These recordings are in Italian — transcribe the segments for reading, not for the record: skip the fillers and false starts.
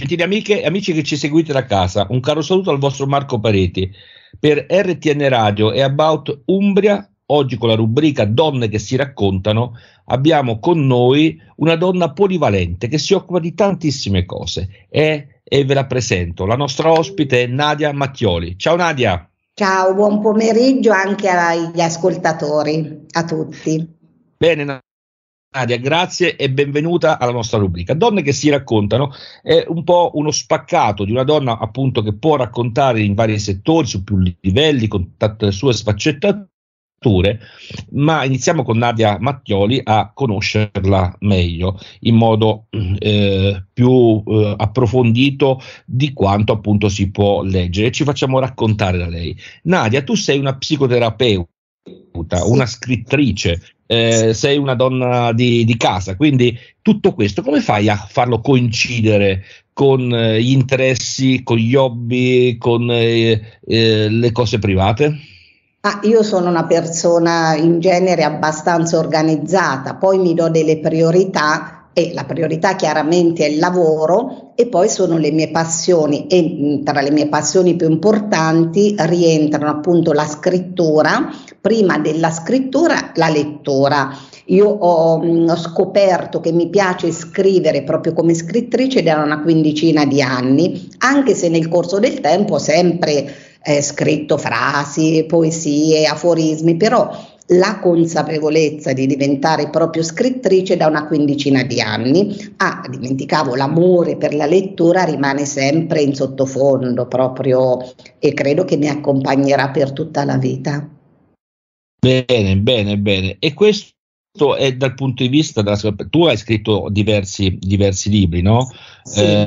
Gentili amiche e amici che ci seguite da casa, un caro saluto al vostro Marco Pareti. Per RTN Radio e About Umbria, oggi con la rubrica Donne che si raccontano, abbiamo con noi una donna polivalente che si occupa di tantissime cose e ve la presento. La nostra ospite è Nadia Mattioli. Ciao Nadia. Ciao, buon pomeriggio anche agli ascoltatori, a tutti. Bene Nadia, grazie e benvenuta alla nostra rubrica. Donne che si raccontano è un po' uno spaccato di una donna appunto che può raccontare in vari settori, su più livelli, con tante sue sfaccettature, ma iniziamo con Nadia Mattioli a conoscerla meglio in modo più approfondito di quanto appunto si può leggere. Ci facciamo raccontare da lei. Nadia, tu sei una psicoterapeuta, una scrittrice, sei una donna di casa, quindi tutto questo come fai a farlo coincidere con gli interessi, con gli hobby, con le cose private? Io sono una persona in genere abbastanza organizzata, poi mi do delle priorità e la priorità chiaramente è il lavoro e poi sono le mie passioni e tra le mie passioni più importanti rientrano appunto la scrittura, prima della scrittura la lettura. Io ho scoperto che mi piace scrivere proprio come scrittrice da una quindicina di anni, anche se nel corso del tempo ho sempre scritto frasi, poesie, aforismi, però la consapevolezza di diventare proprio scrittrice da una quindicina di anni, dimenticavo, l'amore per la lettura rimane sempre in sottofondo proprio e credo che mi accompagnerà per tutta la vita. Bene, bene, bene. E questo è dal punto di vista della tu hai scritto diversi libri, no? Sì.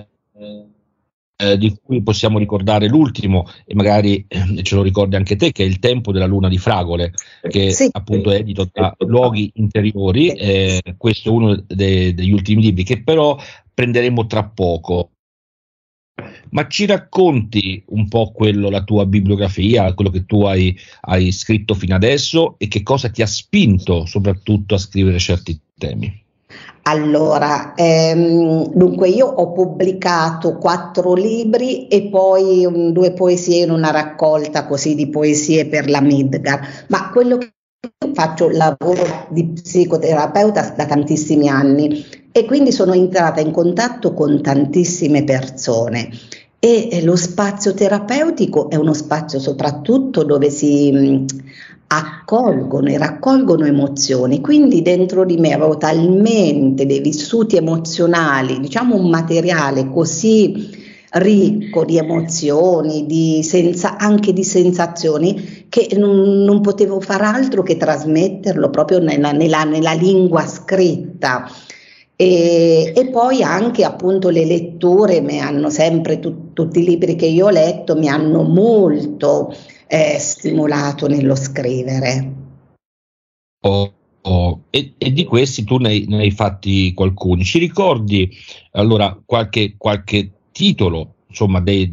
Di cui possiamo ricordare l'ultimo e magari ce lo ricordi anche te, che è Il tempo della luna di fragole, che sì, appunto è edito da Luoghi Interiori. Questo è uno degli ultimi libri che però prenderemo tra poco. Ma ci racconti un po' la tua bibliografia, quello che tu hai scritto fino adesso e che cosa ti ha spinto soprattutto a scrivere certi temi? Allora, dunque io ho pubblicato 4 libri e poi 2 poesie in una raccolta così di poesie per la Midgar, ma quello che faccio lavoro di psicoterapeuta da tantissimi anni e quindi sono entrata in contatto con tantissime persone e lo spazio terapeutico è uno spazio soprattutto dove si accolgono e raccolgono emozioni, quindi dentro di me avevo talmente dei vissuti emozionali, diciamo un materiale così ricco di emozioni, anche di sensazioni, che non potevo far altro che trasmetterlo proprio nella lingua scritta. E poi anche appunto le letture mi hanno sempre, tutti i libri che io ho letto mi hanno molto stimolato nello scrivere. E di questi tu ne hai fatti qualcuno. Ci ricordi allora qualche titolo, insomma, di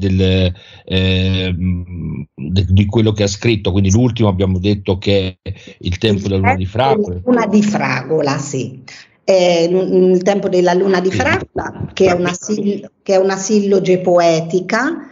quello che ha scritto? Quindi l'ultimo abbiamo detto che è Il tempo della luna di fragola. Luna di fragola, sì. Il tempo della luna di fragola, che è una silloge poetica.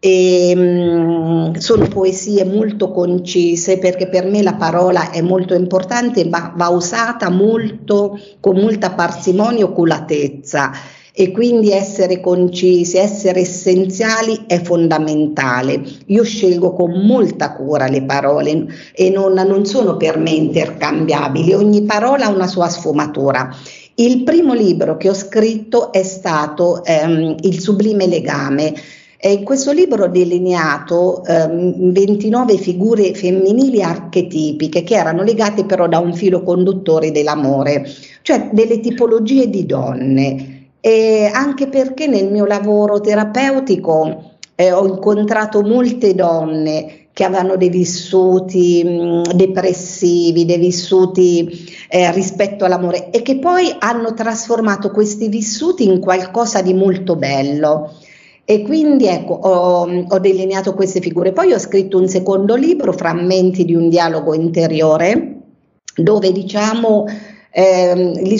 Sono poesie molto concise perché per me la parola è molto importante, ma va usata con molta parsimonia e oculatezza e quindi essere concisi, essere essenziali è fondamentale. Io scelgo con molta cura le parole e non sono per me intercambiabili, ogni parola ha una sua sfumatura. Il primo libro che ho scritto è stato Il sublime legame. In questo libro ho delineato 29 figure femminili archetipiche che erano legate però da un filo conduttore dell'amore, cioè delle tipologie di donne. E anche perché nel mio lavoro terapeutico ho incontrato molte donne che avevano dei vissuti depressivi, dei vissuti rispetto all'amore e che poi hanno trasformato questi vissuti in qualcosa di molto bello. E quindi ecco, ho delineato queste figure. Poi ho scritto un secondo libro, Frammenti di un dialogo interiore, dove diciamo lì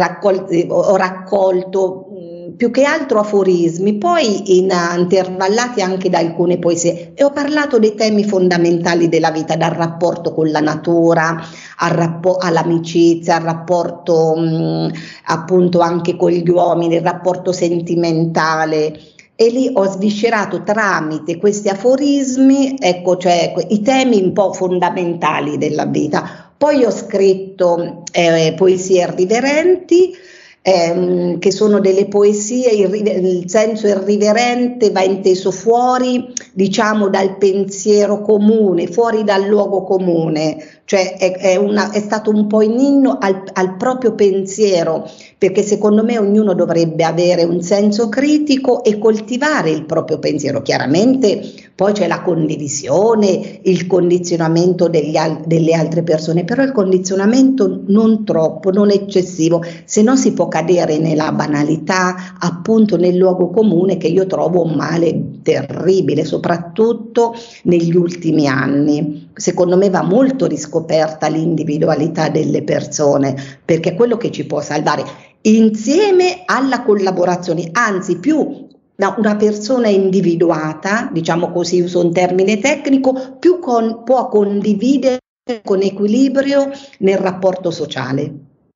ho raccolto più che altro aforismi, poi intervallati anche da alcune poesie, e ho parlato dei temi fondamentali della vita, dal rapporto con la natura, all'amicizia, al rapporto appunto anche con gli uomini, il rapporto sentimentale. E lì ho sviscerato tramite questi aforismi, ecco, cioè i temi un po' fondamentali della vita. Poi ho scritto poesie irriverenti, che sono delle poesie, il senso irriverente va inteso fuori, diciamo, dal pensiero comune, fuori dal luogo comune, cioè è stato un po' in inno al proprio pensiero, perché secondo me ognuno dovrebbe avere un senso critico e coltivare il proprio pensiero. Chiaramente poi c'è la condivisione, il condizionamento delle altre persone, però il condizionamento non troppo, non eccessivo, se no si può cadere nella banalità, appunto nel luogo comune, che io trovo un male terribile, soprattutto negli ultimi anni. Secondo me va molto riscoperta l'individualità delle persone, perché è quello che ci può salvare, insieme alla collaborazione, anzi più una persona individuata, diciamo così, uso un termine tecnico, più può condividere con equilibrio nel rapporto sociale.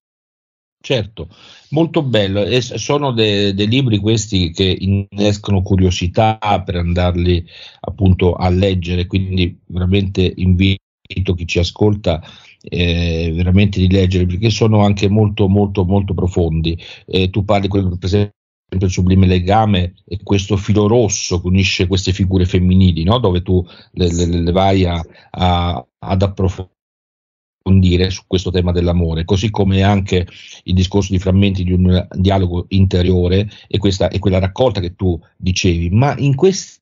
Certo, molto bello, e sono dei libri questi che innescono curiosità per andarli appunto a leggere, quindi veramente invito chi ci ascolta veramente di leggere, perché sono anche molto molto molto profondi. Tu parli, per esempio, il sublime legame e questo filo rosso che unisce queste figure femminili, no? Dove tu le vai ad approfondire su questo tema dell'amore, così come anche il discorso di frammenti di un dialogo interiore, e quella raccolta che tu dicevi. Ma in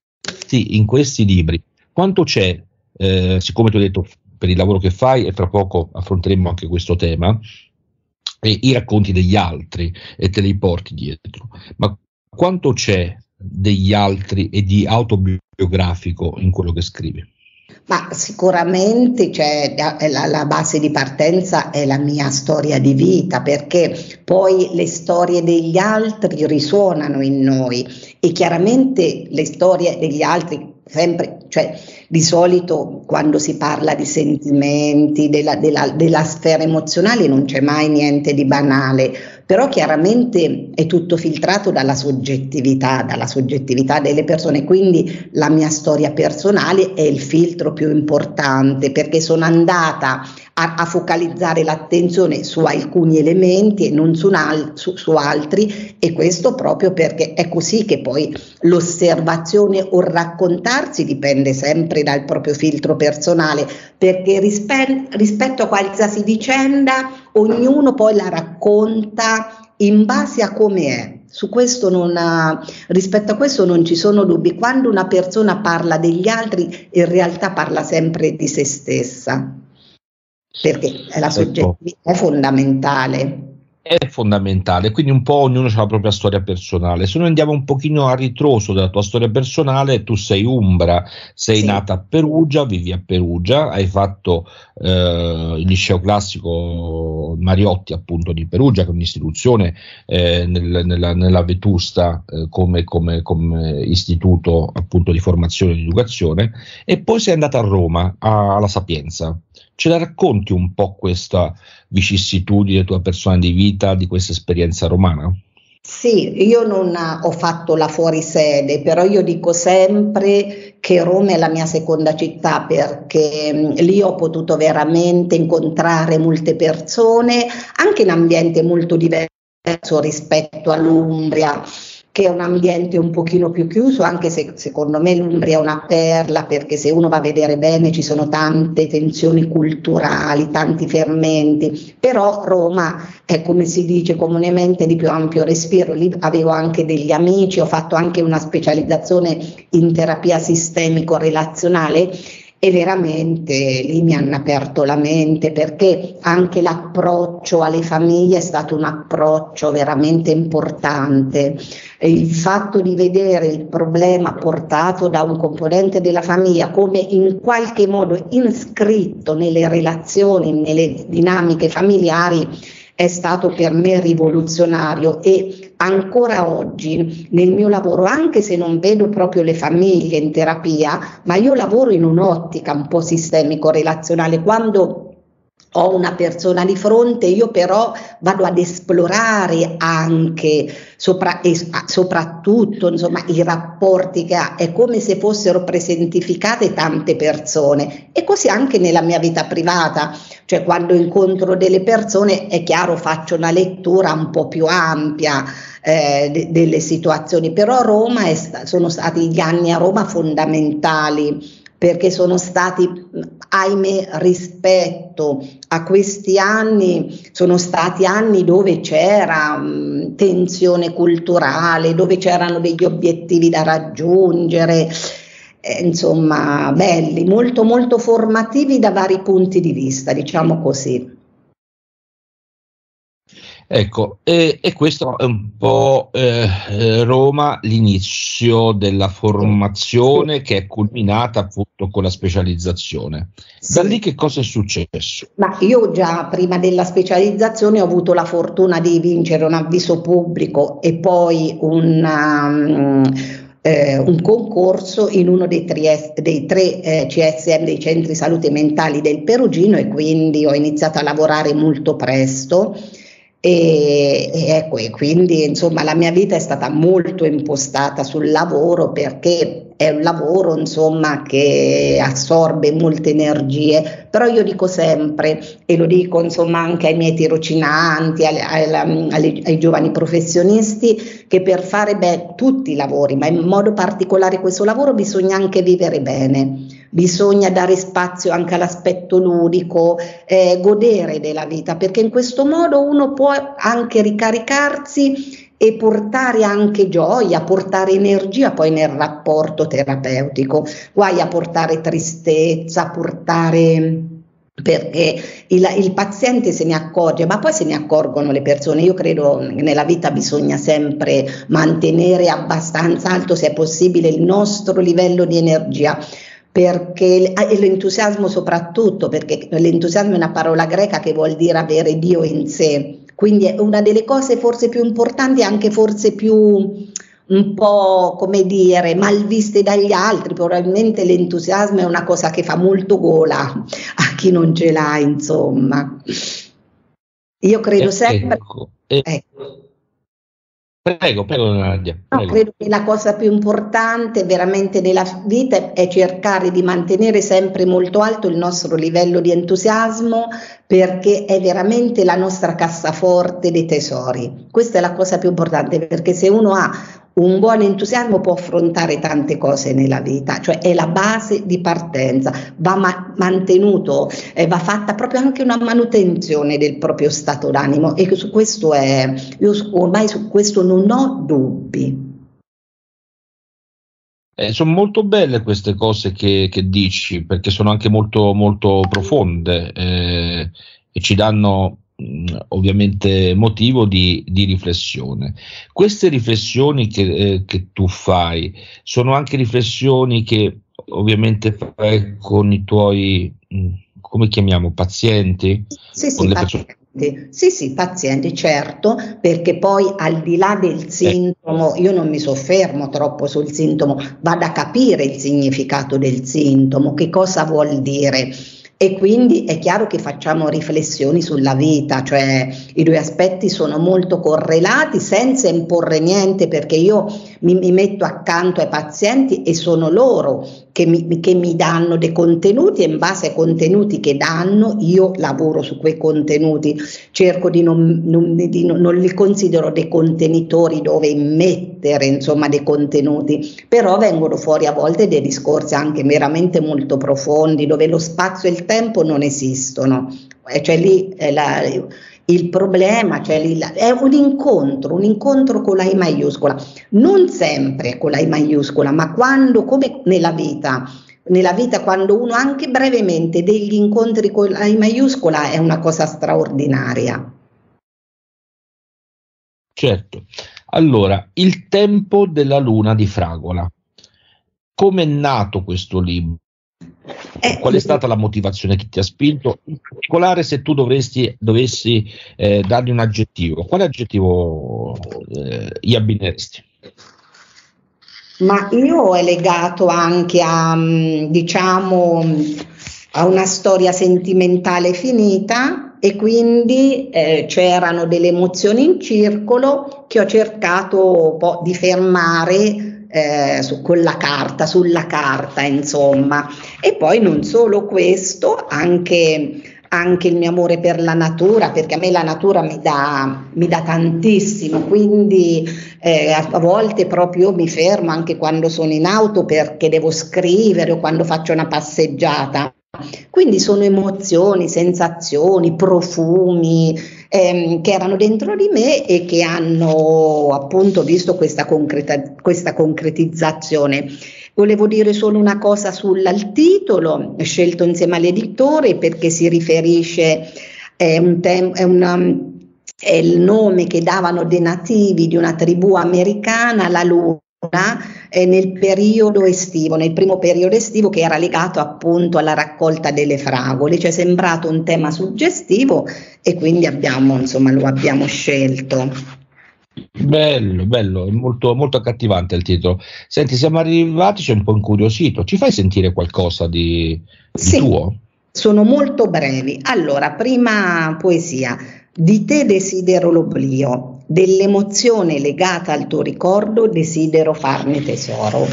questi libri quanto c'è, siccome tu hai detto per il lavoro che fai, e fra poco affronteremo anche questo tema, e i racconti degli altri e te li porti dietro, ma quanto c'è degli altri e di autobiografico in quello che scrivi? Ma sicuramente c'è la base di partenza è la mia storia di vita, perché poi le storie degli altri risuonano in noi, e chiaramente le storie degli altri sempre, cioè di solito quando si parla di sentimenti, della sfera emozionale, non c'è mai niente di banale, però chiaramente è tutto filtrato dalla soggettività delle persone, quindi la mia storia personale è il filtro più importante, perché sono andata a focalizzare l'attenzione su alcuni elementi e non su altri, e questo proprio perché è così che poi l'osservazione o raccontarsi dipende sempre dal proprio filtro personale, perché rispetto a qualsiasi vicenda ognuno poi la racconta in base a come è. Rispetto a questo non ci sono dubbi. Quando una persona parla degli altri, in realtà parla sempre di se stessa, perché la soggettività è fondamentale. È fondamentale, quindi un po' ognuno ha la propria storia personale. Se noi andiamo un pochino a ritroso della tua storia personale, tu sei umbra, sei nata a Perugia, vivi a Perugia, hai fatto il liceo classico Mariotti appunto di Perugia, che è un'istituzione nella Vetusta come istituto appunto di formazione e di educazione, e poi sei andata a Roma, alla Sapienza. Ce la racconti un po' questa vicissitudine tua persona di vita, di questa esperienza romana? Sì, io non ho fatto la fuorisede, però io dico sempre che Roma è la mia seconda città, perché lì ho potuto veramente incontrare molte persone, anche in ambiente molto diverso rispetto all'Umbria, che è un ambiente un pochino più chiuso, anche se secondo me l'Umbria è una perla, perché se uno va a vedere bene ci sono tante tensioni culturali, tanti fermenti, però Roma è, come si dice comunemente, di più ampio respiro. Lì avevo anche degli amici, ho fatto anche una specializzazione in terapia sistemico-relazionale, e veramente lì mi hanno aperto la mente, perché anche l'approccio alle famiglie è stato un approccio veramente importante. Il fatto di vedere il problema portato da un componente della famiglia come in qualche modo iscritto nelle relazioni, nelle dinamiche familiari, è stato per me rivoluzionario, e ancora oggi nel mio lavoro, anche se non vedo proprio le famiglie in terapia, ma io lavoro in un'ottica un po' sistemico-relazionale. Quando ho una persona di fronte, io però vado ad esplorare anche soprattutto, insomma, i rapporti che ha, è come se fossero presentificate tante persone, e così anche nella mia vita privata, cioè quando incontro delle persone è chiaro, faccio una lettura un po' più ampia delle situazioni. Però Roma sono stati gli anni a Roma fondamentali, perché sono stati, ahimè, rispetto a questi anni, sono stati anni dove c'era tensione culturale, dove c'erano degli obiettivi da raggiungere, insomma, belli, molto molto formativi da vari punti di vista, diciamo così. Ecco, e questo è un po' Roma, l'inizio della formazione che è culminata appunto con la specializzazione. Sì. Da lì che cosa è successo? Ma io già prima della specializzazione ho avuto la fortuna di vincere un avviso pubblico e poi un concorso in uno dei tre CSM, dei centri salute mentali del Perugino, e quindi ho iniziato a lavorare molto presto. Ecco, e quindi insomma la mia vita è stata molto impostata sul lavoro, perché è un lavoro insomma che assorbe molte energie. Però io dico sempre, e lo dico insomma anche ai miei tirocinanti, ai giovani professionisti, che per fare tutti i lavori, ma in modo particolare questo lavoro, bisogna anche vivere bene. Bisogna dare spazio anche all'aspetto ludico, godere della vita, perché in questo modo uno può anche ricaricarsi e portare anche gioia, portare energia poi nel rapporto terapeutico. Guai a portare tristezza, perché il paziente se ne accorge, ma poi se ne accorgono le persone. Io credo che nella vita bisogna sempre mantenere abbastanza alto, se è possibile, il nostro livello di energia, perché e l'entusiasmo soprattutto, perché l'entusiasmo è una parola greca che vuol dire avere Dio in sé, quindi è una delle cose forse più importanti, anche forse più un po', come dire, malviste dagli altri. Probabilmente l'entusiasmo è una cosa che fa molto gola a chi non ce l'ha, insomma. Io credo sempre... Ecco. Prego, Nadia. No, credo che la cosa più importante veramente nella vita è cercare di mantenere sempre molto alto il nostro livello di entusiasmo, perché è veramente la nostra cassaforte dei tesori. Questa è la cosa più importante, perché se uno ha un buon entusiasmo può affrontare tante cose nella vita, cioè è la base di partenza, va mantenuto, va fatta proprio anche una manutenzione del proprio stato d'animo, e su questo io ormai su questo non ho dubbi. Sono molto belle queste cose che dici, perché sono anche molto, molto profonde e ci danno ovviamente motivo di riflessione. Queste riflessioni che tu fai sono anche riflessioni che ovviamente fai con i tuoi, come chiamiamo, pazienti? Sì, pazienti. Sì, pazienti, certo, perché poi al di là del sintomo, io non mi soffermo troppo sul sintomo, vado a capire il significato del sintomo, che cosa vuol dire. E quindi è chiaro che facciamo riflessioni sulla vita, cioè i due aspetti sono molto correlati senza imporre niente, perché io mi metto accanto ai pazienti e sono loro che mi danno dei contenuti, e in base ai contenuti che danno io lavoro su quei contenuti, cerco di non li considero dei contenitori dove immettere insomma dei contenuti, però vengono fuori a volte dei discorsi anche veramente molto profondi, dove lo spazio e il tempo non esistono, cioè lì il problema, cioè è un incontro con la I maiuscola, non sempre con la I maiuscola, ma quando, come nella vita, quando uno anche brevemente degli incontri con la I maiuscola, è una cosa straordinaria. Certo. Allora, Il tempo della luna di Fragola. Come è nato questo libro? Qual è stata la motivazione che ti ha spinto? In particolare, se tu dovessi dargli un aggettivo, quale aggettivo gli abbineresti? Ma io è legato anche a, diciamo, a una storia sentimentale finita, e quindi c'erano delle emozioni in circolo che ho cercato un po' di fermare sulla carta, insomma. E poi non solo questo, anche il mio amore per la natura, perché a me la natura mi dà tantissimo, quindi a volte proprio mi fermo anche quando sono in auto perché devo scrivere o quando faccio una passeggiata. Quindi sono emozioni, sensazioni, profumi che erano dentro di me e che hanno appunto visto questa concretizzazione. Volevo dire solo una cosa sul titolo, scelto insieme all'editore perché si riferisce, è il nome che davano dei nativi di una tribù americana, la luna, nel periodo estivo, nel primo periodo estivo, che era legato appunto alla raccolta delle fragole. Ci è sembrato un tema suggestivo e quindi lo abbiamo scelto. Bello, bello, è molto, molto accattivante il titolo. Senti, siamo arrivati, c'è un po' incuriosito. Ci fai sentire qualcosa di Sì, tuo? sono molto brevi. Allora, prima poesia. Di te desidero l'oblio, dell'emozione legata al tuo ricordo desidero farne tesoro.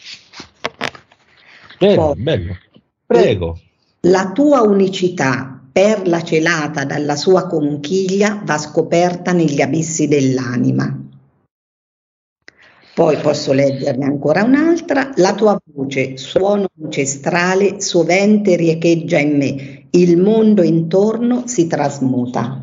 Bello, Poi, bello. Prego. la tua unicità, perla celata dalla sua conchiglia, va scoperta negli abissi dell'anima. Poi posso leggerne ancora un'altra. La tua voce, suono ancestrale, sovente riecheggia in me. Il mondo intorno si trasmuta.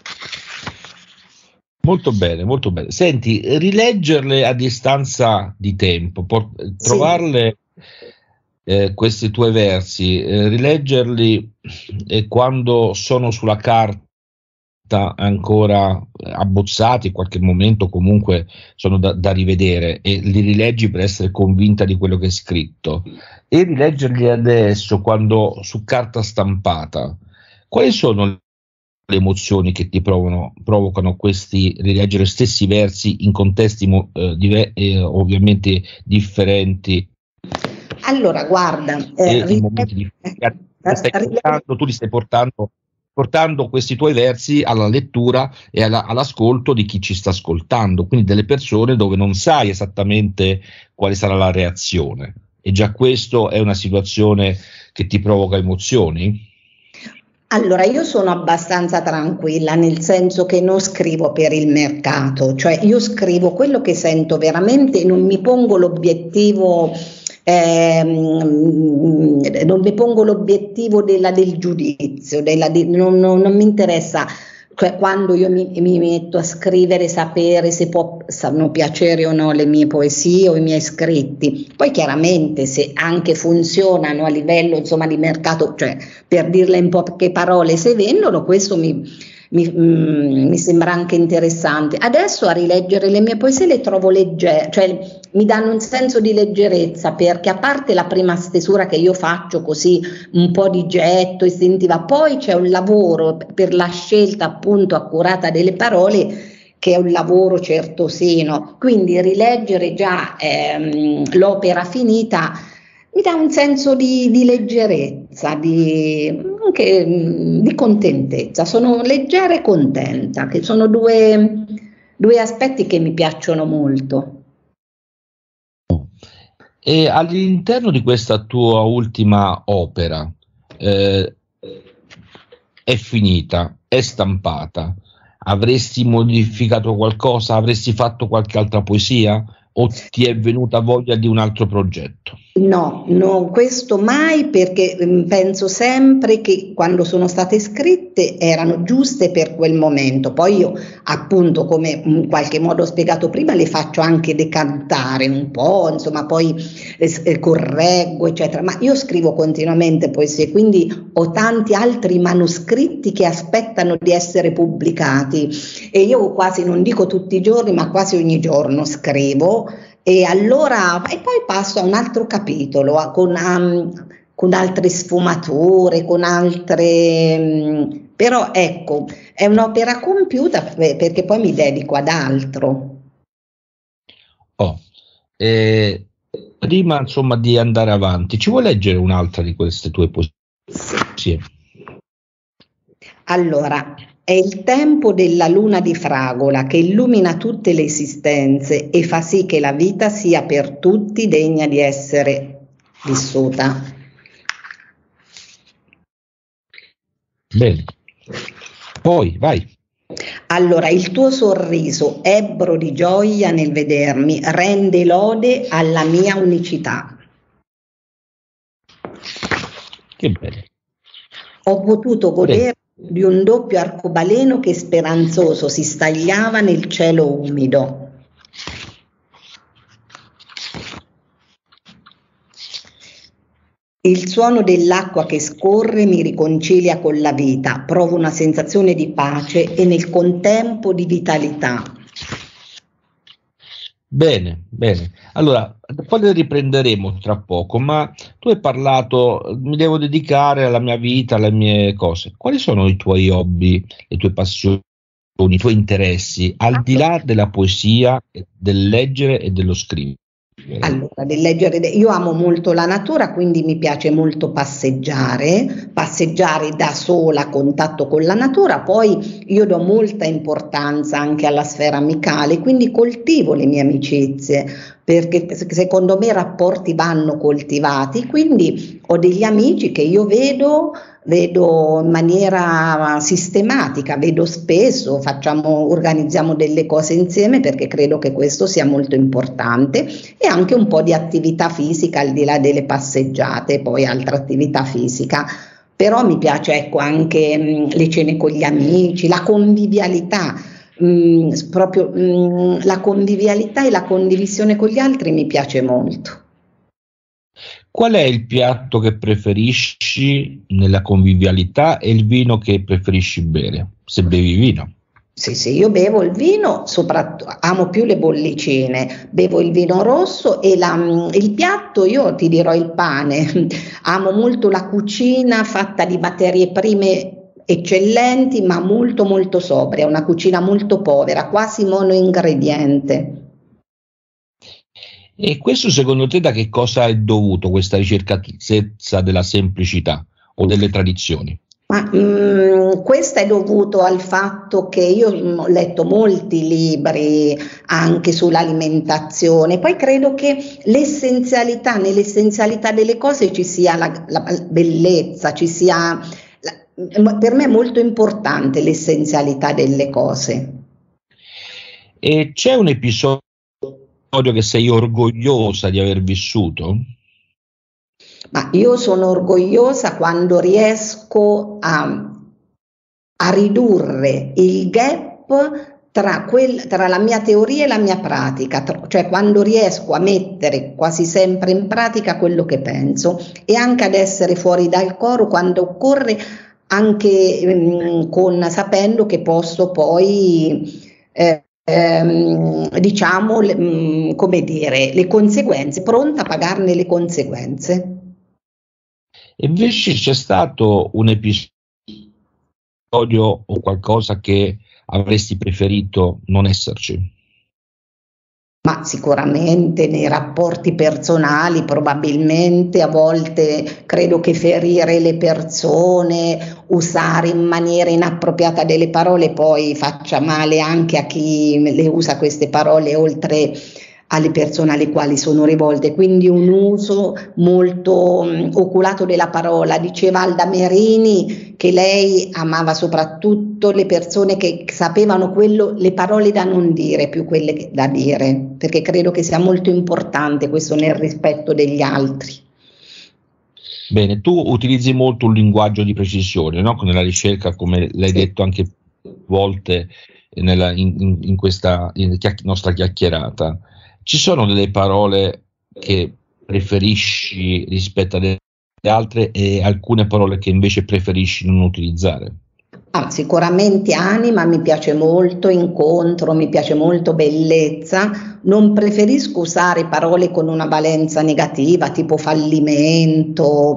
Molto bene, molto bene. Senti, rileggerle a distanza di tempo, Sì. trovarle questi tuoi versi, rileggerli quando sono sulla carta ancora abbozzati, in qualche momento comunque sono da rivedere, e li rileggi per essere convinta di quello che è scritto, e rileggerli adesso quando su carta stampata, quali sono le emozioni che ti provocano questi rileggere stessi versi in contesti ovviamente differenti? Allora, guarda, In momenti differenti. Tu li stai portando questi tuoi versi alla lettura e all'ascolto di chi ci sta ascoltando, quindi delle persone dove non sai esattamente quale sarà la reazione, e già questo è una situazione che ti provoca emozioni? Allora, io sono abbastanza tranquilla, nel senso che non scrivo per il mercato, cioè io scrivo quello che sento veramente, non mi pongo l'obiettivo del giudizio, non mi interessa, cioè quando io mi metto a scrivere, sapere se possono piacere o no le mie poesie o i miei scritti. Poi chiaramente se anche funzionano a livello insomma di mercato, cioè per dirle in poche parole, se vendono, questo mi sembra anche interessante. Adesso a rileggere le mie poesie le trovo leggere, cioè mi danno un senso di leggerezza, perché a parte la prima stesura che io faccio così un po' di getto istintiva, poi c'è un lavoro per la scelta appunto accurata delle parole, che è un lavoro certosino, quindi rileggere già l'opera finita mi dà un senso di leggerezza, anche di contentezza. Sono leggera e contenta, che sono due aspetti che mi piacciono molto. E all'interno di questa tua ultima opera, è finita, è stampata, avresti modificato qualcosa, avresti fatto qualche altra poesia, o ti è venuta voglia di un altro progetto? No, questo mai, perché penso sempre che quando sono state scritte erano giuste per quel momento. Poi io, appunto, come in qualche modo ho spiegato prima, le faccio anche decantare un po', insomma, poi correggo, eccetera. Ma io scrivo continuamente poesie, quindi ho tanti altri manoscritti che aspettano di essere pubblicati, e io quasi, non dico tutti i giorni, ma quasi ogni giorno scrivo. E poi passo a un altro capitolo con con altre sfumature, con altre... però ecco, è un'opera compiuta perché poi mi dedico ad altro. Oh, prima insomma di andare avanti, ci vuoi leggere un'altra di queste tue poesie? Allora, è il tempo della luna di fragola che illumina tutte le esistenze e fa sì che la vita sia per tutti degna di essere vissuta. Bene, poi vai. Allora, il tuo sorriso, ebbro di gioia nel vedermi, rende lode alla mia unicità. Che bello. Ho potuto godere di un doppio arcobaleno che speranzoso si stagliava nel cielo umido. Il suono dell'acqua che scorre mi riconcilia con la vita, provo una sensazione di pace e nel contempo di vitalità. Bene, bene. Allora, poi le riprenderemo tra poco, ma tu hai parlato, mi devo dedicare alla mia vita, alle mie cose. Quali sono i tuoi hobby, le tue passioni, i tuoi interessi, al di là della poesia, del leggere e dello scrivere? Allora, del leggere, io amo molto la natura, quindi mi piace molto passeggiare da sola a contatto con la natura, poi io do molta importanza anche alla sfera amicale, quindi coltivo le mie amicizie, perché secondo me i rapporti vanno coltivati, quindi ho degli amici che io vedo in maniera sistematica, vedo spesso, organizziamo delle cose insieme perché credo che questo sia molto importante e anche un po' di attività fisica al di là delle passeggiate, poi altra attività fisica. Però mi piace ecco anche le cene con gli amici, la convivialità, la convivialità e la condivisione con gli altri mi piace molto. Qual è il piatto che preferisci nella convivialità e il vino che preferisci bere, se bevi vino? Sì, io bevo il vino, soprattutto amo più le bollicine, bevo il vino rosso e il piatto, io ti dirò il pane, amo molto la cucina fatta di materie prime eccellenti ma molto molto sobria, una cucina molto povera, quasi monoingrediente. E questo secondo te da che cosa è dovuto, questa ricercatezza della semplicità o delle tradizioni? Ma questo è dovuto al fatto che io ho letto molti libri anche sull'alimentazione, poi credo che nell'essenzialità delle cose ci sia la bellezza, per me è molto importante l'essenzialità delle cose. E c'è un episodio che sei orgogliosa di aver vissuto? Ma io sono orgogliosa quando riesco a ridurre il gap tra la mia teoria e la mia pratica, cioè quando riesco a mettere quasi sempre in pratica quello che penso e anche ad essere fuori dal coro quando occorre, anche sapendo che posso poi diciamo come dire, le conseguenze, pronta a pagarne le conseguenze. E invece c'è stato un episodio o qualcosa che avresti preferito non esserci? Ma sicuramente nei rapporti personali, probabilmente a volte credo che ferire le persone, usare in maniera inappropriata delle parole poi faccia male anche a chi le usa queste parole oltre alle persone alle quali sono rivolte, quindi un uso molto oculato della parola. Diceva Alda Merini che lei amava soprattutto le persone che sapevano le parole da non dire più quelle da dire, perché credo che sia molto importante questo nel rispetto degli altri. Bene, tu utilizzi molto un linguaggio di precisione, no? Nella ricerca, come l'hai detto anche volte in questa nostra chiacchierata. Ci sono delle parole che preferisci rispetto alle altre e alcune parole che invece preferisci non utilizzare? Sicuramente anima mi piace molto, incontro mi piace molto, bellezza, non preferisco usare parole con una valenza negativa, tipo fallimento,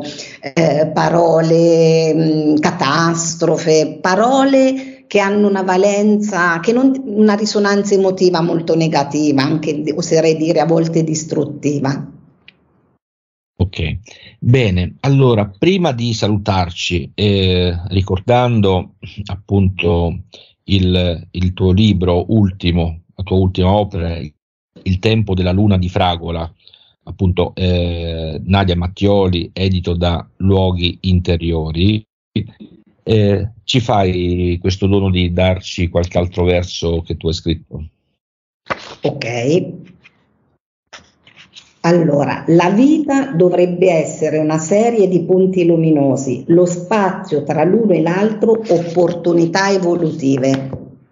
parole catastrofe, parole che hanno una valenza, una risonanza emotiva molto negativa, anche oserei dire a volte distruttiva. Ok, bene, allora prima di salutarci, ricordando appunto il tuo libro ultimo, la tua ultima opera, Il tempo della luna di Fragola, appunto Nadia Mattioli, edito da Luoghi Interiori, ci fai questo dono di darci qualche altro verso che tu hai scritto? Ok. Allora, la vita dovrebbe essere una serie di punti luminosi, lo spazio tra l'uno e l'altro, opportunità evolutive.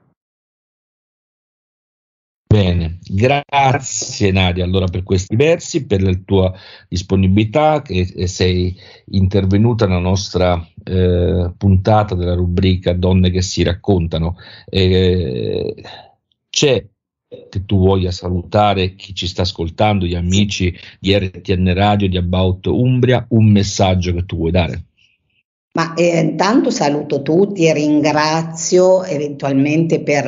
Bene, grazie Nadia allora per questi versi, per la tua disponibilità, che sei intervenuta nella nostra puntata della rubrica Donne che si raccontano. C'è che tu voglia salutare chi ci sta ascoltando, gli amici di RTN Radio, di About Umbria, un messaggio che tu vuoi dare? Ma intanto saluto tutti e ringrazio eventualmente per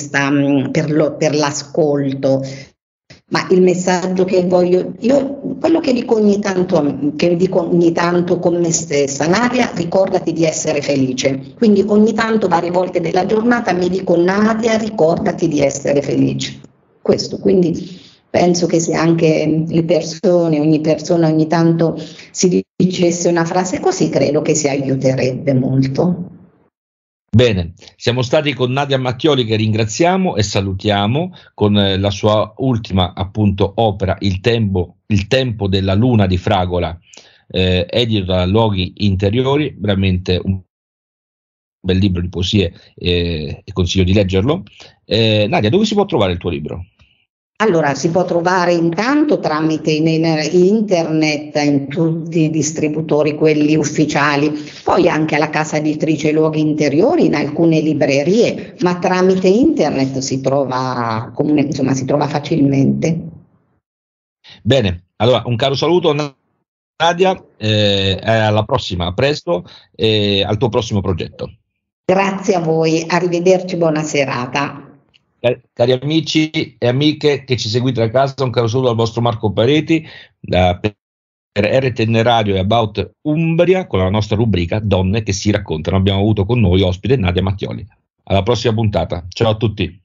l'ascolto. Ma il messaggio che voglio, quello che dico ogni tanto con me stessa, Nadia, ricordati di essere felice. Quindi ogni tanto, varie volte della giornata, mi dico Nadia, ricordati di essere felice. Questo, quindi penso che se anche ogni persona ogni tanto si dicesse una frase così, credo che si aiuterebbe molto. Bene, siamo stati con Nadia Mattioli, che ringraziamo e salutiamo, con la sua ultima appunto opera, Il tempo della luna di Fragola, edito da Luoghi Interiori, veramente un bel libro di poesie, e consiglio di leggerlo. Nadia, dove si può trovare il tuo libro? Allora, si può trovare intanto tramite internet in tutti i distributori, quelli ufficiali, poi anche alla casa editrice Luoghi Interiori, in alcune librerie, ma tramite internet si trova facilmente. Bene, allora un caro saluto Nadia, alla prossima, a presto, al tuo prossimo progetto. Grazie a voi, arrivederci, buona serata. Cari amici e amiche che ci seguite da casa, un caro saluto al vostro Marco Pareti per RTN Radio e About Umbria, con la nostra rubrica Donne che si raccontano. Abbiamo avuto con noi ospite Nadia Mattioli. Alla prossima puntata, ciao a tutti.